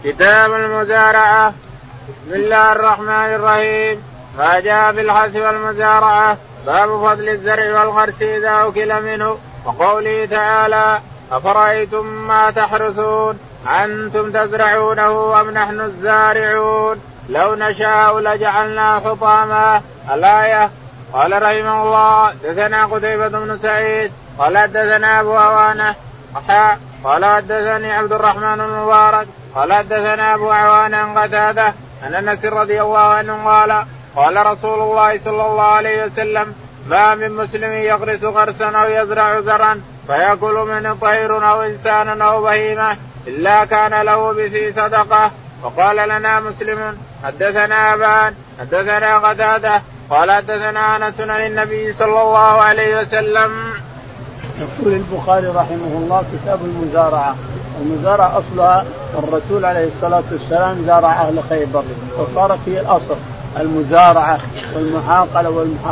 كتاب المزارعة. بسم الله الرحمن الرحيم. ما جاء في الحث والمزارعة. باب فضل الزرع والغرس إذا أكل منه. وقوله تعالى: أفرأيتم ما تحرثون أنتم تزرعونه أم نحن الزارعون لو نشاء لجعلناه حطاما. الآية. قال رحمه الله: دثنا قتيبة بن سعيد قال دثنا أبو عوانة قال حدثني عبد الرحمن المبارك قال حدثنا أبو عوانة قتادة أن أنس رضي الله عنه قال رسول الله صلى الله عليه وسلم: ما من مسلم يغرس غرسا أو يزرع زرعا فيأكل منه طير أو إنسان أو بهيمة إلا كان له به صدقة. وقال لنا مسلم: حدثنا أبان حدثنا قتادة قال حدثنا أنس عن النبي صلى الله عليه وسلم. يقول البخاري رحمه الله: كتاب المزارعة. المزارعة أصلها الرسول عليه الصلاة والسلام زارع أهل خيبر وصارت هي الأصل المزارعة والمحاقلة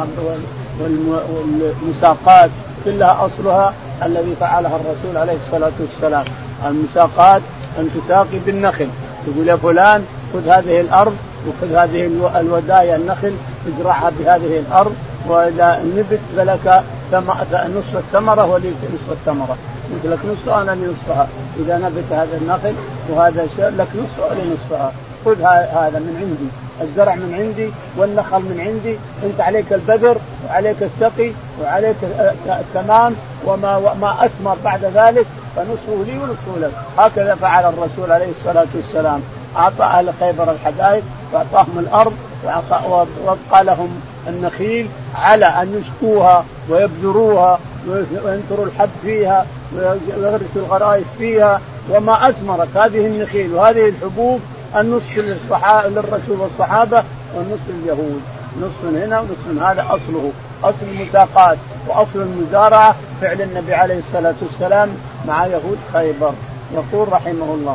والمساقات كلها أصلها الذي فعلها الرسول عليه الصلاة والسلام. المساقات أن تساقي بالنخل، تقول يا فلان خذ هذه الأرض وخذ هذه الودايا النخل ازرعها بهذه الأرض، وإذا نبت فلك نصف الثمرة وليك نصف الثمرة، مثلك نصفها أنا لنصفها. إذا نبت هذا النخل وهذا لك نصفها ولنصفها. خذ هذا من عندي، الزرع من عندي والنخل من عندي، أنت عليك البذر وعليك السقي وعليك التمام، وما أثمر بعد ذلك فنصفه لي ونصفه لك. هكذا فعل الرسول عليه الصلاة والسلام. أعطى أهل خيبر الحدائق وأعطاهم الأرض وابقى لهم النخيل على أن يسقوها ويبذروها وينثروا الحب فيها ويغرسوا الغرائس فيها. وما أثمرت هذه النخيل وهذه الحبوب النصف للرسول والصحابة والنصف لليهود، نصف هنا ونصف هذا. أصله أصل المساقات وأصل المزارعة فعل النبي عليه الصلاة والسلام مع يهود خيبر. يقول رحمه الله: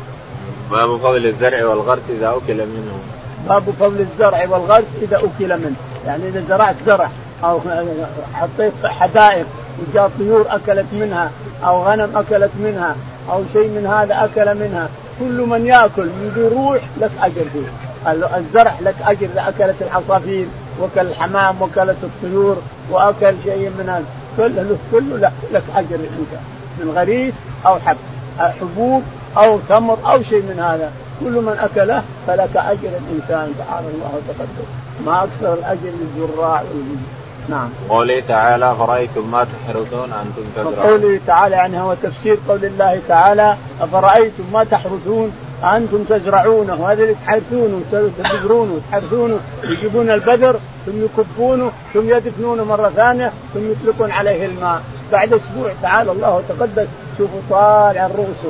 باب فضل الزرع والغرس إذا أكل منه. باب فضل الزرع والغرس إذا أكل منه، يعني إذا زرعت زرع أو حطيت حدائق وجاء طيور أكلت منها أو غنم أكلت منها أو شيء من هذا أكل منها، كل من يأكل من ذي روح لك أجر فيه. الزرع لك أجر إذا أكلت العصافير وكل الحمام وكلت الطيور وأكل شيء من هذا كله لك أجر أنت من غريس أو حبوب أو تمر أو شيء من هذا، كل من أكله فلك أجر الإنسان. تعالى الله وتقدم، ما أكثر الأجر للزراع. نعم. قوله تعالى: أفرأيتم ما تحرثون أنتم تزرعون. قوله تعالى يعني هو تفسير قول الله تعالى: أفرأيتم ما تحرثون أنتم تزرعونه. هذا اللي تحرثونه تبذرونه تحرثونه، يجيبون البذر ثم يكبونه ثم يدفنونه مرة ثانية ثم يطلقون عليه الماء. بعد أسبوع تعالى الله وتقدس شوفوا طالع الرؤوس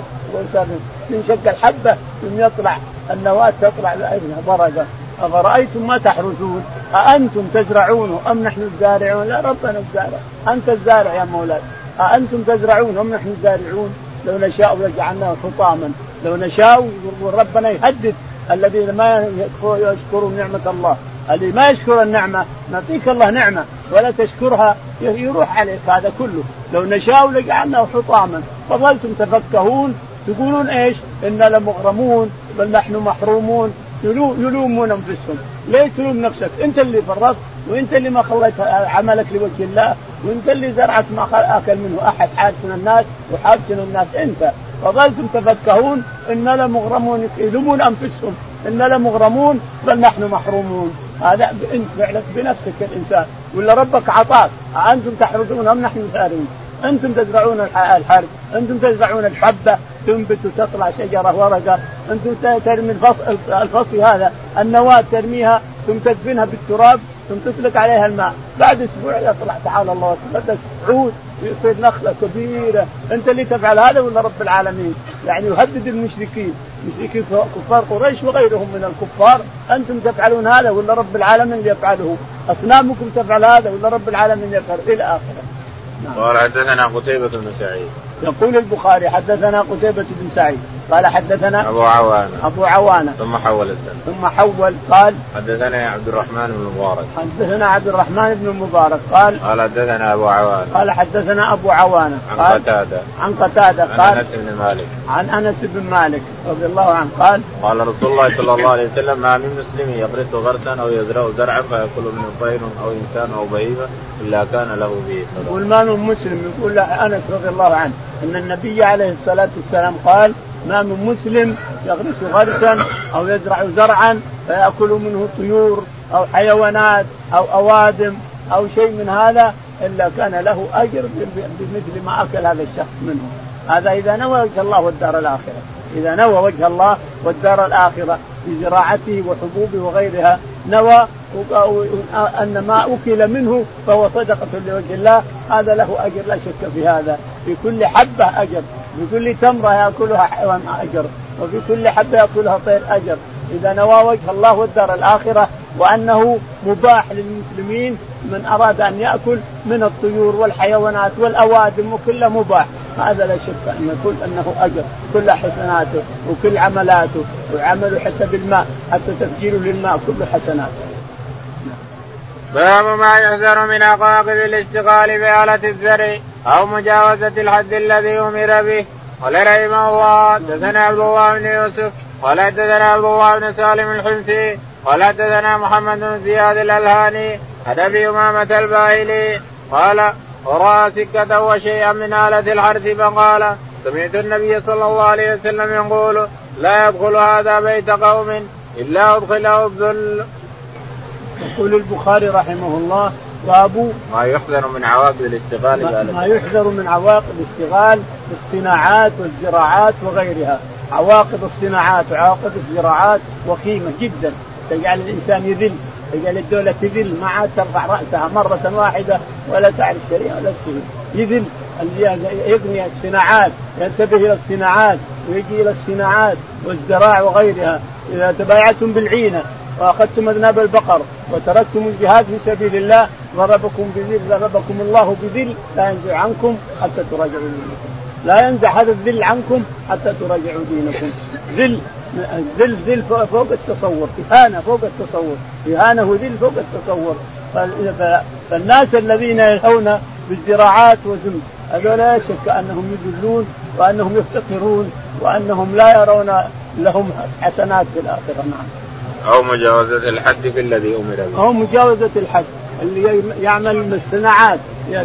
من شق الحبة ثم يطلع النواة تطلع لأبنها بركة. أفرأيتم ما تحرثون أأنتم تزرعونه أم نحن الزارعون. لا، ربنا الزارع، أنت الزارع يا مولاي. أأنتم تزرعون أم نحن الزارعون لو نشاء لجعلناه حطاما. لو نشاء ربنا يهدد الذين ما يشكرون نعمة الله. اللي ما يشكر النعمة نعطيك الله نعمة ولا تشكرها يروح عليك هذا كله. لو نشاء لجعلناه حطاما فظلتم تفكهون تقولون إيش؟ إننا لمغرمون بل نحن محرومون. يلومون أنفسهم. ليه تلوم نفسك؟ أنت اللي فرطت وأنت اللي ما خليت عملك لوجه الله، وأنت اللي زرعت ما أكل منه أحد حادثنا الناس وحادثنا الناس أنت. فظلتم تفكهون إننا لمغرمون، يلومون أنفسهم إننا لمغرمون بل نحن محرومون. هذا أنت فعلك بنفسك الإنسان ولا ربك عطاك. أنتم تحرثون أم نحن زارعون. أنتم تزرعون الحرث، أنتم تزرعون الحبة تنبت وتطلع شجرة ورقة، أنتم ترمي الفصل هذا النواة ترميها ثم تدفنها بالتراب ثم تطلق عليها الماء. بعد أسبوع يطلع تعالى الله وتقدس عود ويصير نخلة كبيرة. أنت اللي تفعل هذا ولا رب العالمين؟ يعني يهدد المشركين، مشركين كفار قريش وغيرهم من الكفار. أنتم تفعلون هذا ولا رب العالمين يفعله؟ أصنامكم تفعل هذا ولا رب العالمين يفعل؟ إلى آخره. قال حدثنا قتيبة بن سعيد. يقول البخاري: حدثنا قتيبة بن سعيد قال حدثنا أبو عوانة ثم حول قال حدثنا عبد الرحمن بن المبارك قال حدثنا أبو عوانة قال حدثنا أبو عوانة عن قتادة قال عن أنس بن مالك رضي الله عنه قال رسول الله صلى الله عليه وسلم ما من مسلم يغرس غرسا أو يزرع زرعا فيأكل منه طير أو إنسان أو بهيمة إلا كان له به صدقة. يقول ما من مسلم، يقول أنس رضي الله عنه أن النبي عليه الصلاة والسلام قال ما من مسلم يغرس غرسا أو يزرع زرعا فيأكل منه طيور أو حيوانات أو أوادم أو شيء من هذا إلا كان له أجر بمثل ما أكل هذا الشخص منه. هذا إذا نوى وجه الله والدار الآخرة، إذا نوى وجه الله والدار الآخرة بزراعته وحبوبه وغيرها، نوى أن ما أكل منه فهو صدقة لوجه الله، هذا له أجر لا شك في هذا. في كل حبة أجر، في كل تمرة يأكلها حيوان أجر، وفي كل حبة يأكلها طير أجر. إذا نوى وجه الله والدار الآخرة وأنه مباح للمسلمين من أراد أن يأكل من الطيور والحيوانات والأوادم وكل مباح، هذا لا شك أن يكون أنه أجر كل حسناته وكل عملاته، وعمله حتى بالماء حتى تفجيره للماء كل حسناته. باب ما يحذر من عواقب الاشتغال بآلة الزرع أو مجاوزة الحد الذي أمر به. قال رحمه الله حدثنا عبد الله بن يوسف قال حدثنا عبد الله بن سالم الحمصي قال حدثنا محمد بن زياد الألهاني عن أبي أمامة الباهلي قال ورأى سكة وشيئا من آلة الحرث فقال سمعت النبي صلى الله عليه وسلم يقول لا يدخل هذا بيت قوم إلا أدخله الذل. يقول البخاري رحمه الله باب ما يحذر من عواقب الاشتغال ما يحذر من عواقب الاشتغال بالصناعات والزراعات وغيرها. عواقب الصناعات وعواقب الزراعات وخيمة جدا، تجعل الإنسان يذل، تجعل الدولة تذل، ما عاد ترفع رأسها مرة واحدة ولا تعرف شيئا ولا شيء، يذل. يبني الصناعات، ينتبه إلى الصناعات ويجي إلى الصناعات والزراع وغيرها. إذا تبايعتم بالعينة وأخذتم أذناب البقر وتركتم الجهاد في سبيل الله ضربكم الله بذل لا ينزع عنكم حتى تراجعوا دينكم، لا ينزع هذا الذل عنكم حتى تراجعوا دينكم. ذل فوق التصور، إهانة فوق التصور، إهانة وذل فوق التصور. فالناس الذين يلهون بالزراعات وزم هذول لا شك أنهم يذلون وأنهم يفتقرون وأنهم لا يرون لهم حسنات في الآخرة. نعم. أو مجاوزة الحد في الذي أمر به، أو مجاوزة الحد اللي يعمل الصناعات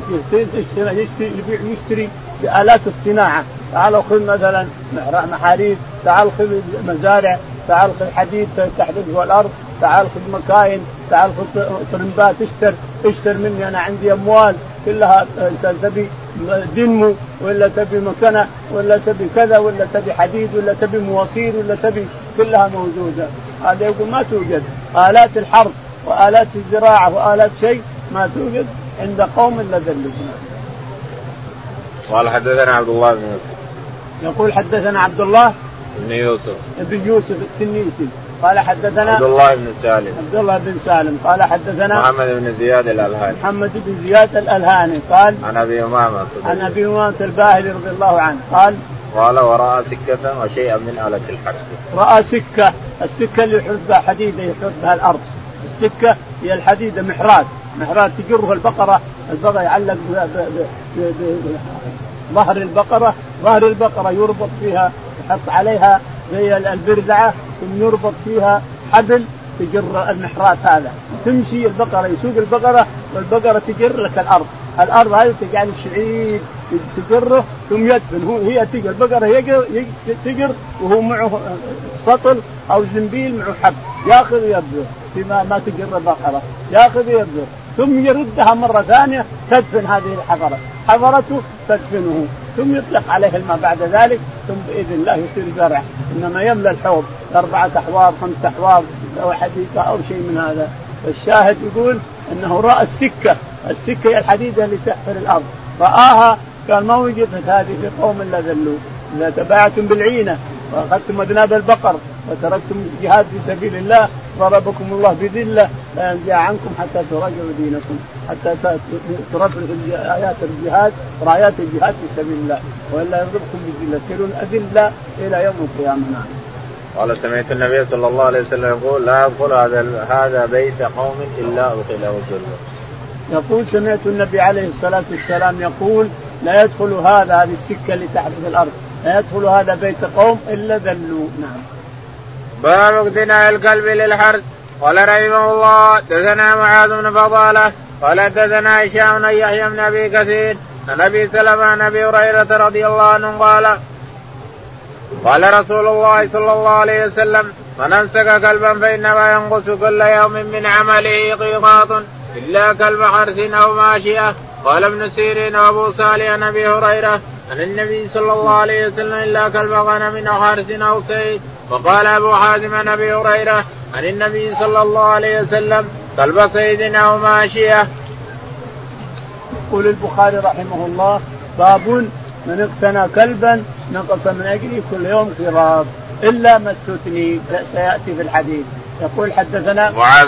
يشتري بآلات الصناعة. تعال خذ مثلا محاريب، تعال خذ مزارع، تعال خذ حديد تحدثه الأرض، تعال خذ مكاين، تعال خذ طرمبات، اشتر مني أنا عندي أموال كلها، تبي دنمو ولا تبي مكنة ولا تبي كذا ولا تبي حديد ولا تبي مواسير ولا تبي، كلها موجودة. هذا يقول ما توجد آلات الحرث وآلات الزراعة وآلات شيء ما توجد عند قوم إلا ذلهم. قال حدثنا عبد الله بن يوسف يقول حدثنا عبد الله بن يوسف التنيسي قال حدثنا عبد الله بن سالم قال حدثنا محمد بن زياد الألهاني قال عن أبي أمامة الباهلي رضي الله عنه قال ورأى سكة وشيئا من آلة الحرث. رأى السكة اللي يحرث بها حديدة، يحرث بها الأرض. السكة هي الحديدة، محرات تجره البقرة يعلق ظهر البقرة يربط فيها، يحط عليها زي البردعة ثم يربط فيها حبل تجر المحرات هذا، تمشي البقرة، يسوق البقرة والبقرة تجر لك الأرض هذه تجعل الشعير تجره ثم يدفن. هي تجر البقرة تجر وهو معه سطل أو زنبيل معه حب، يأخذ يبذر فيما ما تجر البقرة، يأخذ يبذر ثم يردها مرة ثانية تدفن هذه حفرته تدفنه، ثم يطلق عليه الماء بعد ذلك، ثم بإذن الله يصير زرع. إنما يملى الحوض 4 أحواض 5 أحواض أو حديقة أو شيء من هذا. الشاهد يقول أنه رأى السكة الحديدة اللي تحفر الأرض، رآها قال ما وجدت هذه في قوم إلا ذلوا. إذا تبايعتم بالعينة وأخذتم أذناب البقر وتركتم الجهاد في سبيل الله ضربكم الله بذلة لا ينزع عنكم حتى تراجعوا دينكم، حتى ترفعوا آيات الجهاد رايات الجهاد في سبيل الله، وإلا يضربكم بذلة يصيرون أذلة إلى يوم القيامة. قال سمعت النبي صلى الله عليه وسلم يقول لا يدخل هذا بيت قوم إلا أدخله الذل. يقول سمعت النبي عليه الصلاة والسلام يقول لا يدخل هذه السكة اللي تحت الأرض، لا يدخل هذا بيت قوم إلا ذلوا. نعم. باب اقتناء الكلب للحرث. قال رحمه الله دثنا معاذ بن فضالة قال دثنا هشام بن يحيى بن أبي كثير عن أبي سلمة عن أبي هريرة رضي الله عنه قال رسول الله صلى الله عليه وسلم من أمسك كلبا فإنما ينقص كل يوم من عمله قيراط إلا كلب حرث أو ماشية. قال ابن سيرين وأبو صالح عن أبي هريرة عن النبي صلى الله عليه وسلم إلا كلب غنم أو حرث أو صيد. وقال أبو حازم عن أبي هريرة عن النبي صلى الله عليه وسلم كلب صيد أو ماشية. يقول البخاري رحمه الله باب من اقتنى كلبا نقص من أجله كل يوم قيراط إلا ما استثني سيأتي في الحديث. يقول حدثنا معاذ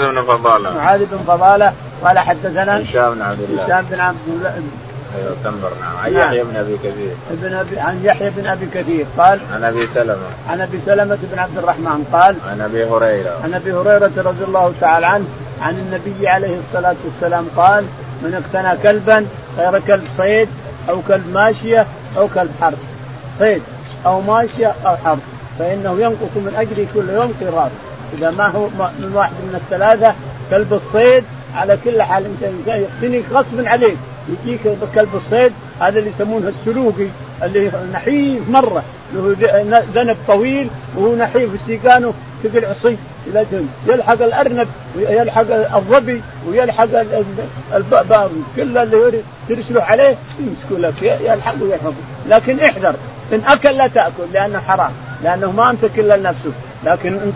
بن فضالة قال حدثنا هشام بن عبد الله تنبر عن يحيى بن أبي كثير عن يحيى بن أبي كثير قال عن أبي سلمة بن عبد الرحمن قال عن أبي هريرة رضي الله تعالى عنه عن النبي عليه الصلاة والسلام قال من اقتنى كلبا غير كلب صيد أو كلب ماشية أو كلب حرث، صيد أو ماشية أو حرث، فإنه ينقص من أجله كل يوم قيراط. إذا ما هو من واحد من الثلاثة كلب الصيد على كل حال أنت يقتني غصب عليك، يجيك كلب الصيد هذا اللي يسمونه السلوقي اللي نحيف مرة له ذنب طويل وهو نحيف السيقانه تقل عصي يلحق الأرنب ويلحق الظبي ويلحق الباب كل اللي ترسله عليه يمسكوا لك يلحق ويحفظ. لكن احذر إن أكل لا تأكل لأنه حرام، لأنه ما أمسك إلا لنفسه، لكن أن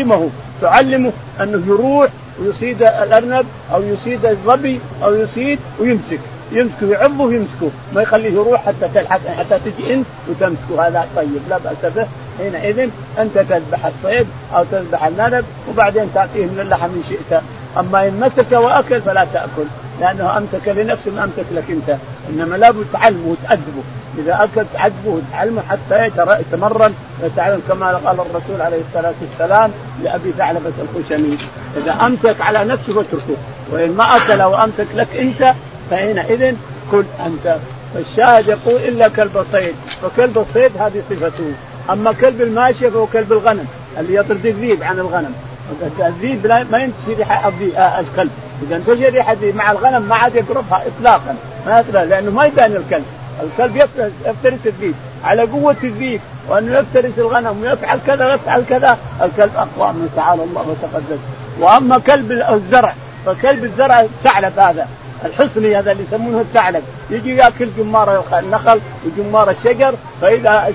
تعلمه أنه يروح ويصيد الأرنب أو يصيد الظبي أو يصيد ويمسكه يعضه ويمسكه، ما يخليه يروح حتى تلحق حتى تجي أنت وتمسكه. هذا طيب لا بأس به. حينئذ أنت تذبح الصيد أو تذبح النرب وبعدين تعطيه من اللحم إن شئت. أما إن مسك وأكل فلا تأكل لأنه أمسك لنفسه ما أمسك لك أنت، إنما لابد تعلمه وتأدبه. إذا أكل تعذبه وتعلمه حتى يتمرن ويتعلم كما قال الرسول عليه الصلاة والسلام لأبي ثعلبة الخشني إذا أمسك على نفسه واتركه، وإن ما أكل وأمسك لك أنت فحينئذ كل أنت. فالشاهد يقول إلا كلب صيد، فكلب الصيد هذه صفته. أما كلب الماشية فهو كلب الغنم اللي يطرد الذيب عن الغنم. الذيب ما ينتشر ريحة الكلب، إذا انتشر ريحة مع الغنم ما عاد يقربها إطلاقا، ما يطلع لأنه ما يبان الكلب يفترس الذيب على قوة الذيب، وأنه يفترس الغنم ويفعل كذا ويفعل كذا. الكلب أقوى من تعالى الله وتقدس. وأما كلب الزرع فكلب الزرع الثعلب هذا الحصني هذا اللي يسمونه الثعلب يجي يأكل جمار النخل وجمار الشجر، فإذا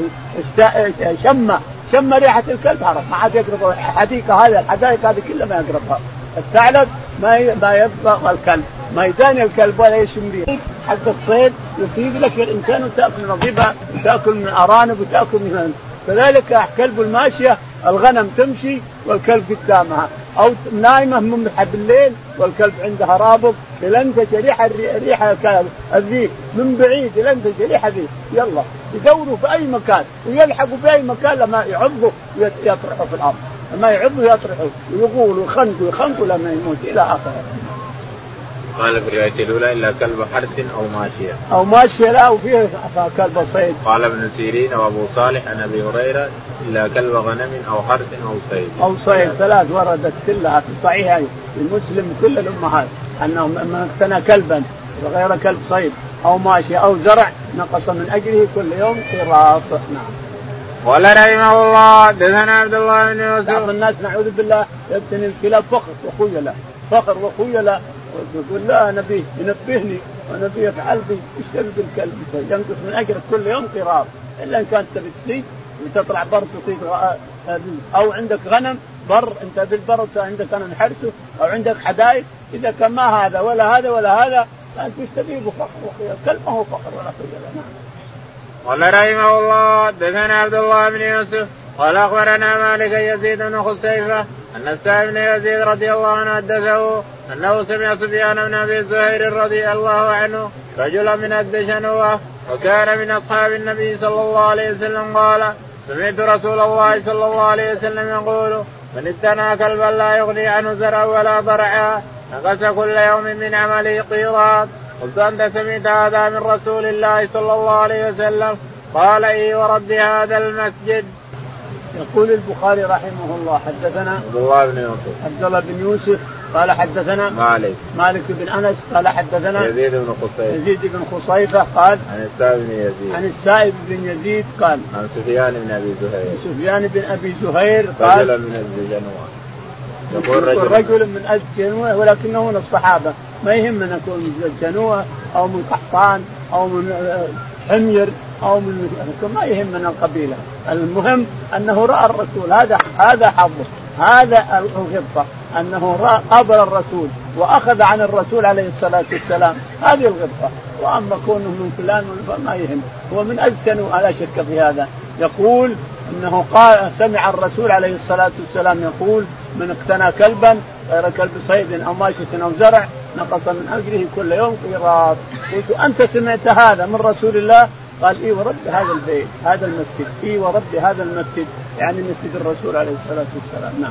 شم ريحة الكلب هرب ما عاد يقرب الحديقة هذه الحدائق هذه كلها ما يقربها. الثعلب ما يبقى الكلب ما يداني الكلب ولا يشم ريحه. حق الصيد يصيد لك الإنسان وتأكل من الضبع وتأكل من أرانب وتأكل من كذلك. كلب الماشية الغنم تمشي والكلب قدامها، أو نايمة ممحة بالليل والكلب عندها رابط لنتج ريحة الذيب من بعيد لنتج ريحة ذيب، يلا يدوروا في أي مكان ويلحقوا في أي مكان لما يعضوا يطرحوا في الأرض، لما يعضوا يطرحوا ويقولوا يخنقوا لما يموت إلى آخره. قال في الرواية الأولى إلا كلب حرث أو ماشية لا وفيه كلب صيد. قال ابن سيرين وأبو صالح عن أبي هريرة إلا كلب غنم أو حرث أو صيد. ثلاث وردت كلها في الصحيح المسلم كل الأمهات أنه من اقتنى كلبا وغير كلب صيد أو ماشية أو زرع نقص من أجله كل يوم قيراط. نعم. قال رحمه الله دثنا عبد الله بن يوسف. بعض الناس نعوذ بالله يبتني الكلاب فخر وخيلة ويقول لا نبي ينبهني ونبي يفعل بي اشتري بالكلب ينقص من أجرك كل يوم قيراط، إلا إن كانت تبي تصيد وتطلع بر تصيد، أو عندك غنم بر أنت بالبر عندك غنم حرثه أو عندك حدائق، إذا كان ما هذا ولا هذا ولا هذا فأنت تشتري بفخر وخيلة. كلب ما هو فخر ولا خيلة. قال رحمه الله دثنا عبد الله بن يوسف قال أخبرنا مالك يزيد بن خصيفة أن السائب بن يزيد رضي الله عنه حدثه أنه سمع سفيان بن أبي زهير رضي الله عنه رجلا من الدشنوة وكان من أصحاب النبي صلى الله عليه وسلم قال سمعت رسول الله صلى الله عليه وسلم يقول من اتنى كلبا لا يغني عنه زرعا ولا ضرعا نقص كل يوم من عمله قيراط. قلت أنت سمعت هذا من رسول الله صلى الله عليه وسلم؟ قال إي ورب هذا المسجد. يقول البخاري رحمه الله حدثنا عبد الله بن يوسف قال حدثنا مالك بن أنس قال حدثنا يزيد بن خصيفة قال عن السائب بن يزيد قال عن سفيان بن أبي زهير قال رجل من رجل من الجنوة ولكنه من الصحابة. ما يهمنا نكون من الجنوة أو من قحطان أو من حمير أو من ما يهمنا القبيلة. المهم أنه رأى الرسول. هذا حظه، هذا الغبطة أنه قابل الرسول وأخذ عن الرسول عليه الصلاة والسلام. هذه الغبطة. وأما كونه من فلان ما يهم، هو من أجتنوا على شك في هذا. يقول أنه قال سمع الرسول عليه الصلاة والسلام يقول من اقتنى كلبا غير كلب صيد أو ماشية أو زرع نقص من أجره كل يوم قيراط. قلت أنت سمعت هذا من رسول الله؟ قال إي ورب هذا البيت هذا المسجد، إي ورب هذا المسجد، يعني مسجد الرسول عليه الصلاة والسلام. نعم.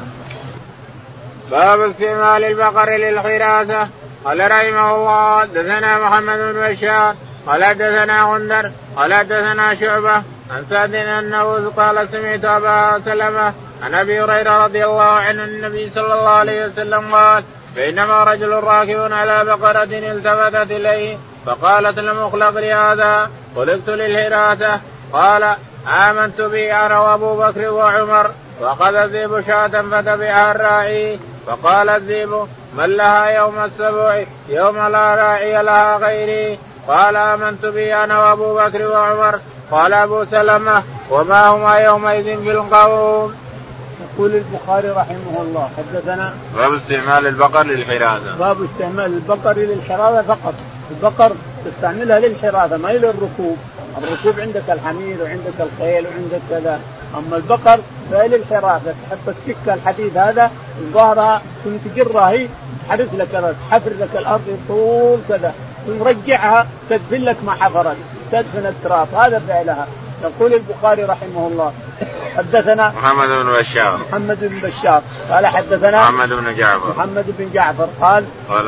باب استعمال البقر للحراسة. قال رحمه الله حدثنا محمد بن بشار قال حدثنا غندر قال حدثنا شعبة عن سعد أنه قال سمعت أبا سلمة عن أبي هريرة رضي الله عنه النبي صلى الله عليه وسلم قال بينما رجل راكب على بقرة التفتت إليه فقالت لم أخلق لهذا خلقت للحراسة. قال آمنت بي أنا وأبو بكر وعمر. وأخذ الذئب شاة فتبعها الراعي فقال الذئب من لها يوم السبع يوم لا راعي لها غيري. قال آمنت بي أنا وأبو بكر وعمر. قال أبو سلمة وما هما يومئذ في القوم. يقول البخاري رحمه الله حدثنا باب استعمال البقر للحراسة. باب استعمال البقر للحراسة فقط. البقر تستعملها للحراسة ما إلى الركوب. الركوب عندك الحمير وعندك الخيل وعندك كذا، أما البقر فهي للحراسة. تحط السكة الحديد هذا ظهرها ثم تجرها هي تحرك لك تحفر لك الأرض طول كذا ونرجعها تدفن لك ما حفرت تدفن التراب. هذا فعلها. يقول البخاري رحمه الله حدثنا محمد بن بشار قال حدثنا محمد بن جعفر قال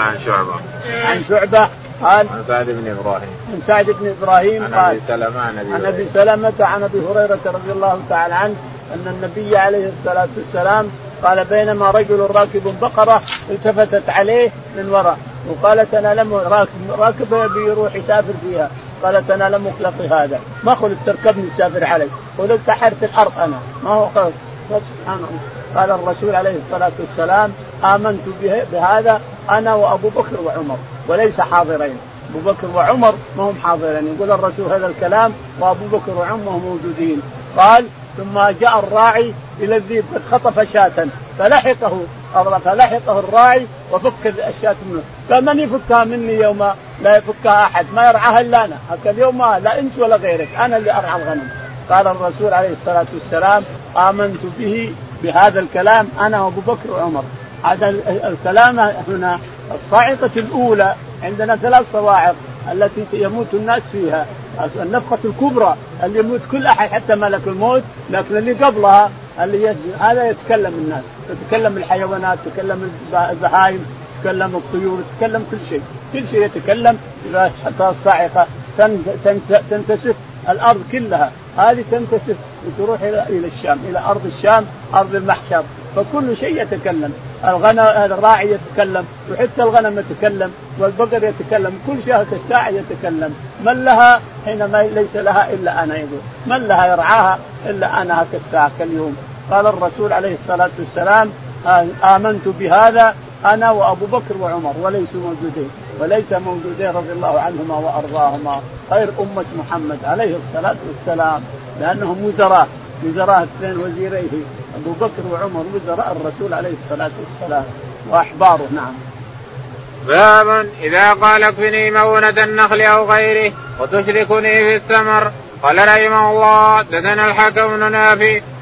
عن شعبة قال عن سعد بن إبراهيم قال عن أبي سلمة عن أبي هريرة رضي الله تعالى عنه أن النبي عليه الصلاة والسلام قال بينما رجل راكب بقرة التفتت عليه من وراء وقالت أنا لم راكب بيروح يسافر فيها. قالت أنا لم أخلق هذا، ما خلت تركبني تسافر علي، قلت تحرت الأرض أنا ما هو خلق. سبحان الله. قال الرسول عليه الصلاة والسلام آمنت بهذا أنا وأبو بكر وعمر وليس حاضرين. أبو بكر وعمر ما هم حاضرين. يقول الرسول هذا الكلام وأبو بكر وعمر موجودين. قال ثم جاء الراعي إلى الذئب قد خطف شاة فلحقه الراعي وفك الشاة منه. فمن يفكها مني يوم لا يفكها أحد ما يرعاها إلا أنا. هكذا اليوم لا أنت ولا غيرك، أنا اللي أرعى الغنم. قال الرسول عليه الصلاة والسلام آمنت به بهذا الكلام أنا وأبو بكر وعمر. هذا الكلام هنا الصاعقة الأولى عندنا 3 صواعق التي يموت الناس فيها. النفخة الكبرى اللي يموت كل أحد حتى ملك الموت، لكن اللي قبلها هذا يتكلم الناس، يتكلم الحيوانات، يتكلم البهائم، يتكلم الطيور، يتكلم كل شيء يتكلم. إذا حتى الصاعقة تنتشف الأرض كلها، هذه تنتشف وتروح إلى الشام، إلى أرض الشام أرض المحشر، فكل شيء يتكلم. الراعي يتكلم وحتى الغنم يتكلم والبقر يتكلم، كل شيء الساعة يتكلم. من لها حينما ليس لها إلا أنا، يقول من لها يرعاها إلا أنا كالساعة كاليوم. قال الرسول عليه الصلاة والسلام آمنت بهذا أنا وأبو بكر وعمر وليس موجودين رضي الله عنهما وأرضاهما، خير أمة محمد عليه الصلاة والسلام، لأنهم وزراء 2 وزيريه أبو بكر وعمر وزراء الرسول عليه الصلاة والسلام وأحباره. نعم. باب إذا قال اكفني مؤونة النخل أو غيره وتشركني في الثمر. قال رحمه الله حدثنا الحكم بن نافع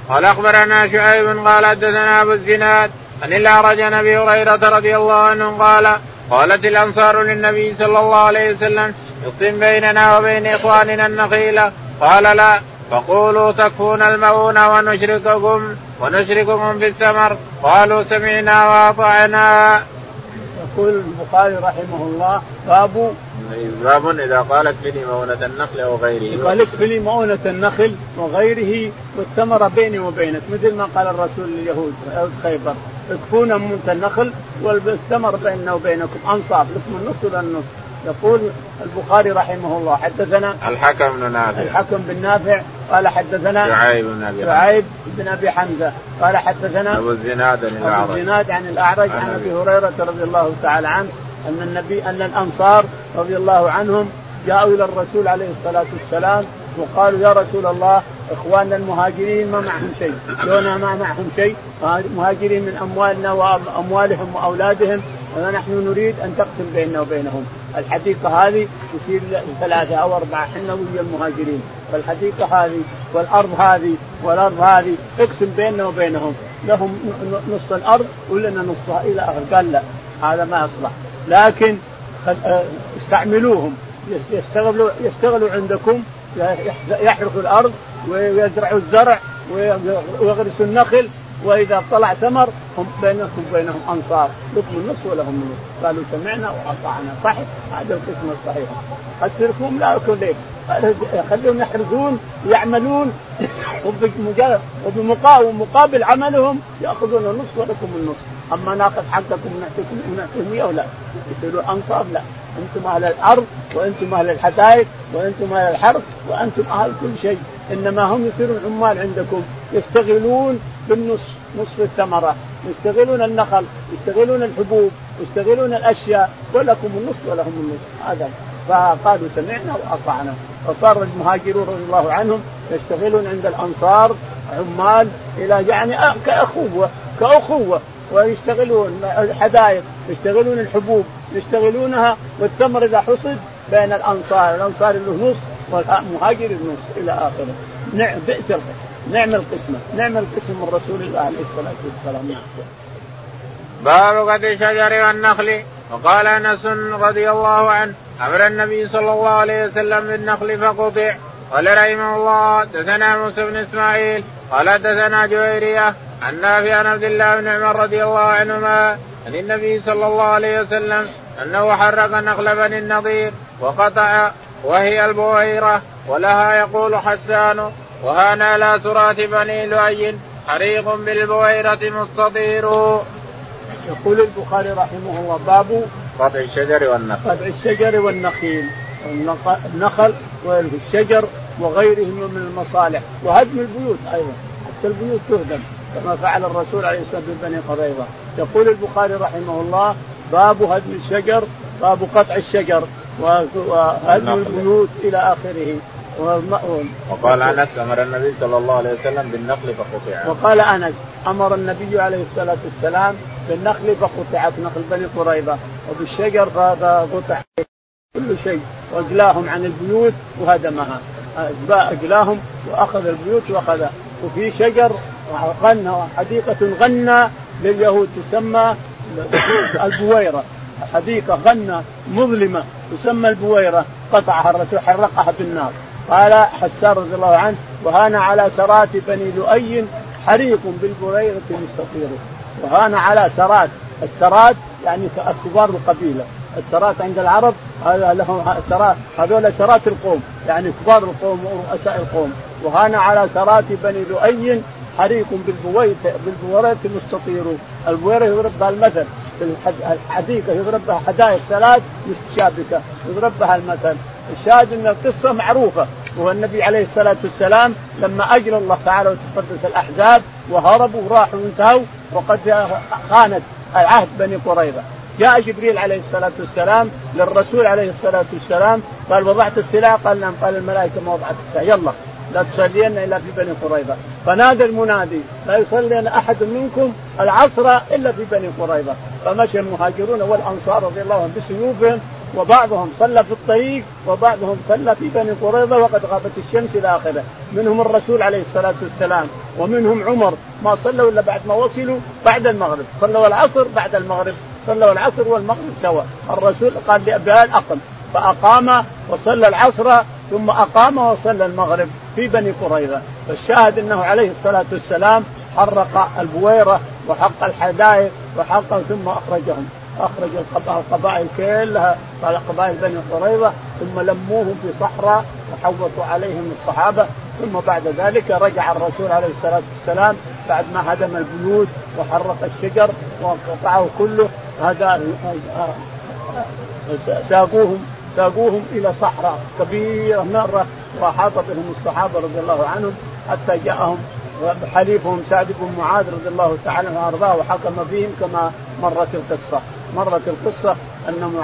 قال أخبرنا شعيب قال حدثنا أبو الزناد عن الأعرج عن أبي هريرة رضي الله عنه قال قالت الأنصار للنبي صلى الله عليه وسلم اقسم بيننا وبين إخواننا النخيل قال لا فقولوا تكفون المؤون ونشرككم في الثمر قالوا سمعنا وأطعنا. يقول البخاري رحمه الله باب إذا قالت فيني مؤونة النخل وغيره قالت فيني مؤونة النخل وغيره والثمر بيني وبينك مثل ما قال الرسول لليهود خيبر تكفون مؤونة النخل والثمر بيننا وبينكم أنصاف لكم النص ولا النص. يقول البخاري رحمه الله حدثنا الحكم بن نافع قال حدثنا شعيب بن أبي حمزة قال حدثنا أبو الزناد عن الأعرج عن أبي هريرة رضي الله تعالى عنه أن الأنصار رضي الله عنهم جاءوا إلى الرسول عليه الصلاة والسلام وقالوا يا رسول الله إخواننا المهاجرين ما معهم شيء لونا ما معهم شيء مهاجرين من أموالنا وأموالهم وأولادهم ونحن نريد أن تقسم بيننا وبينهم الحديقة هذه يصير 3 أو 4 حنا ويا المهاجرين فالحديقة هذه والأرض هذه اقسم بيننا وبينهم لهم نصف الأرض ولنا نصفها إلى آخر. قال لا هذا ما أصلح لكن استعملوهم يشتغلوا عندكم يحرثوا الأرض ويزرعوا الزرع ويغرسوا النخل وإذا طلع ثمر هم بينكم وبينهم أنصار لكم النصف ولهم النصف. قالوا سمعنا وأطعنا صحيح هذا القسم الصحيح. خسركم لا يكون ليه خليهم يحرثون يعملون وبمقابل عملهم يأخذون النصف ولكم النصف. أما ناخذ حقكم ونعطيكم أو لا يصيروا أنصار لا أنتم أهل الأرض وأنتم أهل الحدائق وأنتم أهل الحرث وأنتم أهل كل شيء إنما هم يصيرون عمال عندكم يشتغلون بالنصف نصف الثمرة يشتغلون النخل يشتغلون الحبوب يشتغلون الأشياء ولكم النصف ولهم النصف. هذا فقالوا سمعنا وأطعنا. فصار المهاجرون رضي الله عنهم يشتغلون عند الأنصار عمال إلى يعني كأخوة ويشتغلون الحدائق يشتغلون الحبوب يشتغلوا والثمر إذا حصد بين الأنصار له نصف والمهاجر النصف إلى آخره. نعم القسم من رسول الله عليه الصلاة والسلام. باب قطع الشجر والنخل. وقال أنس رضي الله عنه أمر النبي صلى الله عليه وسلم بالنخل فقطع. قال رحمه الله حدثنا موسى بن إسماعيل قال حدثنا جويرية عن نافع عن عبد الله بن عمر رضي الله عنهما عن النبي صلى الله عليه وسلم أنه حرق نخل بني النضير وقطع وهي البويرة ولها يقول حسان وهان على سرات بني لؤي حريق بالبويرة مستطير. يقول البخاري رحمه الله باب قطع الشجر والنخيل النخل والشجر وغيرهم من المصالح وهدم البيوت أيضا حتى البيوت تهدم كما فعل الرسول عليه الصلاة والسلام ببني قريظة. يقول البخاري رحمه الله باب هدم الشجر باب قطع الشجر وهدم البيوت إلى آخره. وقال أنس أمر النبي صلى الله عليه وسلم بالنخل فقطع. وقال أنس أمر النبي عليه الصلاة والسلام بالنخل فقطعت نخل بني قريظة وبالشجر فقطع كل شيء وأجلاهم عن البيوت وهدمها أجلاهم وأخذ البيوت وأخذها. وفي شجر غنى حديقة غنى لليهود تسمى البويرة حديقة غنى مظلمة تسمى البويرة قطعها الرسول حرقها بالنار. قال حسان رضي الله عنه وهان على سرات بني لؤي حريق بالبويرة مستطير. وهان على سرات السرات يعني كبار القبيلة السرات عند العرب هذا لهم سرات هذول سرات القوم يعني كبار القوم ورؤساء القوم. وهان على سرات بني لؤي حريق بالبويرة مستطير. البويرة يضرب بها المثل الحديقة يضرب بها حدائق 3 متشابكة يضرب بها المثل. الشاهد ان القصة معروفة وهو النبي عليه الصلاة والسلام لما أجرى الله تعالى وتقدس الأحزاب وهربوا وراحوا وانتهوا وقد خانت العهد بني قريظة جاء جبريل عليه الصلاة والسلام للرسول عليه الصلاة والسلام قال وضعت السلاح قال نعم قال الملائكة ما وضعت السلاح يلا لا تصلين إلا في بني قريظة. فنادى المنادي لا يصلين أحد منكم العصر إلا في بني قريظة. فمشى المهاجرون والأنصار رضي الله عنهم بسيوفهم وبعضهم صلى في الطريق وبعضهم صلى في بني قريظة وقد غابت الشمس إلى آخره. منهم الرسول عليه الصلاة والسلام ومنهم عمر ما صلوا إلا بعد ما وصلوا بعد المغرب، صلوا العصر بعد المغرب، صلوا العصر والمغرب سوا. الرسول قال لأبيال أقم، فأقام وصلى العصر ثم أقام وصلى المغرب في بني قريظة. فالشاهد أنه عليه الصلاة والسلام حرق البويرة وحق الحدائق وحق ثم أخرجهم، أخرج القبائل كلها قبائل بني قريظة ثم لموهم في صحراء وحوطوا عليهم الصحابة. ثم بعد ذلك رجع الرسول عليه الصلاة والسلام بعد ما هدم البيوت وحرق الشجر وقطعه كله، هذا ساقوهم إلى صحراء كبيرة مرة وحاط بهم الصحابة رضي الله عنهم حتى جاءهم حليفهم سعد بن معاذ رضي الله تعالى عنه وارضاه وحكم بهم كما مرت القصة أن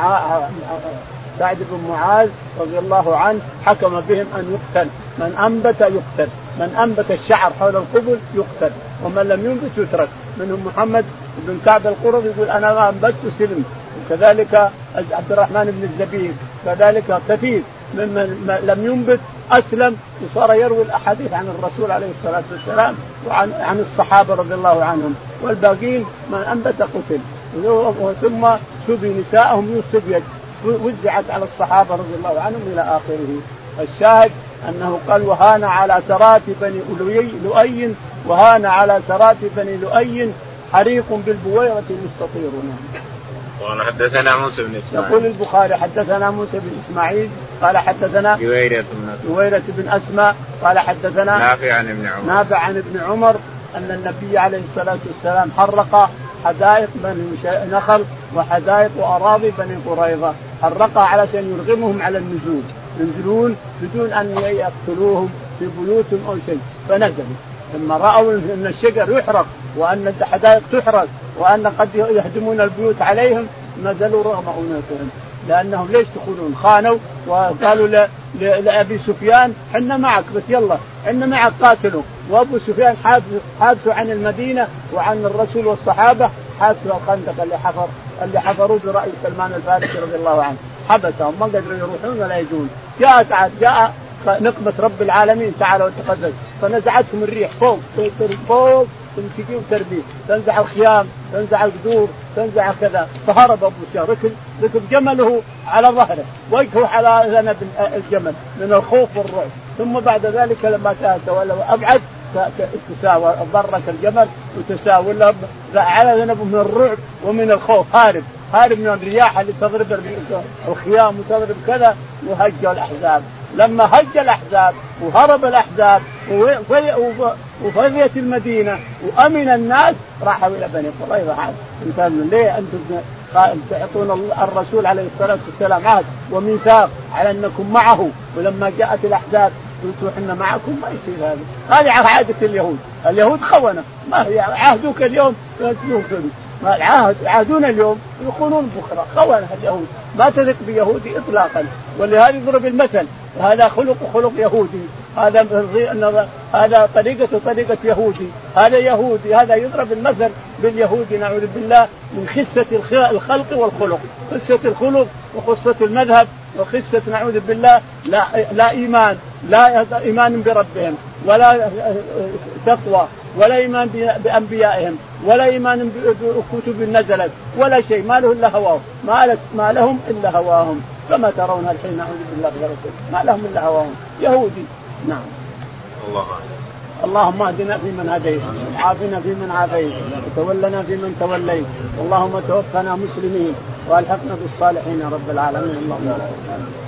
سعد بن معاذ رضي الله عنه حكم بهم أن يقتل من أنبت يقتل، من أنبت الشعر حول القبل يقتل ومن لم ينبت يترك. منهم محمد بن كعب القرظي يقول أنا ما أنبت سلم، وكذلك عبد الرحمن بن الزبير، كذلك كثير ممن لم ينبت أسلم وصار يروي الأحاديث عن الرسول عليه الصلاة والسلام وعن الصحابة رضي الله عنهم، والباقين من أنبت قتل. ثم سبي نساءهم يسبيت وزعت على الصحابة رضي الله عنهم إلى آخره. الشاهد أنه قال وهان على سرات بني لؤي وهان على سرات بني لؤي حريق بالبويرة مستطيرون. قال حدثنا موسى بن إسماعيل. يقول البخاري حدثنا موسى بن إسماعيل قال حدثنا جويرة بن أسماء قال حدثنا نافع عن ابن عمر أن النبي عليه الصلاة والسلام حرق حدائق بني نخل وحدائق وأراضي بني قريظة، حرقها علشان يرغمهم على النزول، ينزلون بدون أن يقتلوهم في بيوتهم أو شيء. فنزلوا لما رأوا أن الشجر يحرق وأن الحدائق تحرق وأن قد يهدمون البيوت عليهم نزلوا رغم أنوثهم، لأنهم ليش تقولون خانوا وقالوا لأبي سفيان حنا معك بس يلا حنا معك قاتلوا. وأبو سفيان حادثوا عن المدينة وعن الرسول والصحابة، حادثوا الخندق اللي حفروه برأي سلمان الفارسي رضي الله عنه، حبسهم ما قدروا يروحون ولا يجون. جاء نقمة رب العالمين تعالى وتقدس فنزعتهم الريح فوق تمسكين وتربيه، تنزع الخيام تنزع القدور تنزع كذا. فهرب أبو سفيان ركب جمله على ظهره وجهه على ذنب الجمل من الخوف والرعب. ثم بعد ذلك لما تولى وأبعد تساوى ضرك الجمل وتساوى على ذنبه من الرعب ومن الخوف، هارب من الرياح اللي تضرب الخيام وتضرب كذا. وهج الأحزاب، لما هج الأحزاب وهرب الأحزاب وفريت المدينة وأمن الناس راحوا إلى بني قريظة. مثال ليه أنتم تعطون الرسول عليه الصلاة والسلام عهد وميثاق على أنكم معه، ولما جاءت الأحزاب قلتوا إحنا معكم؟ ما يصير هذه عادة اليهود خونة، ما هي عهدك اليوم ينفذون، ما عهدون اليوم يخونون بكرة، خونة اليهود ما تثق بيهودي إطلاقا. ولهذا يضرب المثل هذا خلق يهودي، هذا طريقة يهودي، هذا يهودي، هذا يضرب المثل باليهودي نعوذ بالله من خسة الخلق والخلق، خسة الخلق وخسة المذهب وخسة نعوذ بالله لا إيمان بربهم ولا تقوى ولا إيمان بأنبيائهم ولا إيمان بكتب نزلت ولا شيء، ما له إلا هواهم، ما لهم إلا هواهم كما ترون الحين نعوذ بالله ما لهم إلا هواهم يهودي. نعم. اللهم اهدنا فيمن هديت وعافنا فيمن عافيت وتولنا فيمن توليت، اللهم توفنا مسلمين والحقنا بالصالحين يا رب العالمين. اللهم